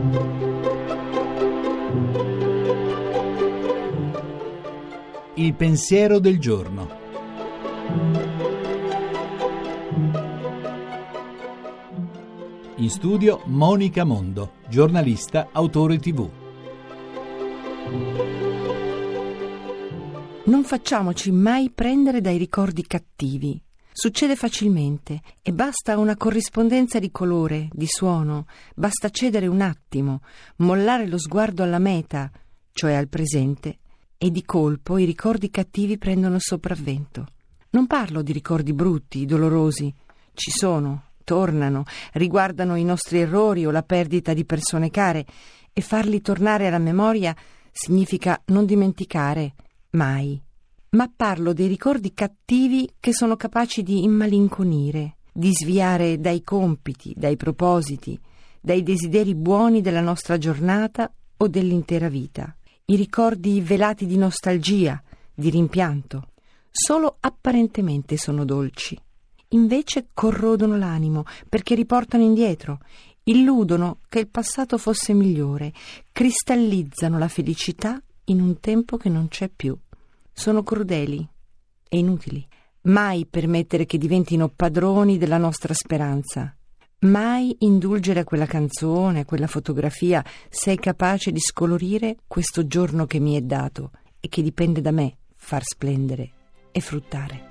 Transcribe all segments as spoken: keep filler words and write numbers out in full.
Il pensiero del giorno. In studio Monica Mondo, giornalista, autore tivù. Non facciamoci mai prendere dai ricordi cattivi. Succede facilmente e basta una corrispondenza di colore, di suono, basta cedere un attimo, mollare lo sguardo alla meta, cioè al presente, e di colpo i ricordi cattivi prendono sopravvento. Non parlo di ricordi brutti, dolorosi. Ci sono, tornano, riguardano i nostri errori o la perdita di persone care, e farli tornare alla memoria significa non dimenticare mai. Ma parlo dei ricordi cattivi che sono capaci di immalinconire, di sviare dai compiti, dai propositi, dai desideri buoni della nostra giornata o dell'intera vita. I ricordi velati di nostalgia, di rimpianto, solo apparentemente sono dolci. Invece corrodono l'animo perché riportano indietro, illudono che il passato fosse migliore, cristallizzano la felicità in un tempo che non c'è più. Sono crudeli e inutili. Mai permettere che diventino padroni della nostra speranza. Mai indulgere a quella canzone, a quella fotografia, sei capace di scolorire questo giorno che mi è dato e che dipende da me far splendere e fruttare.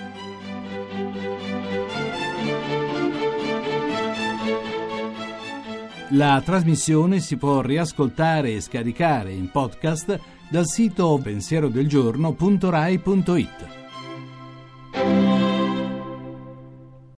La trasmissione si può riascoltare e scaricare in podcast dal sito pensierodelgiorno punto rai punto it.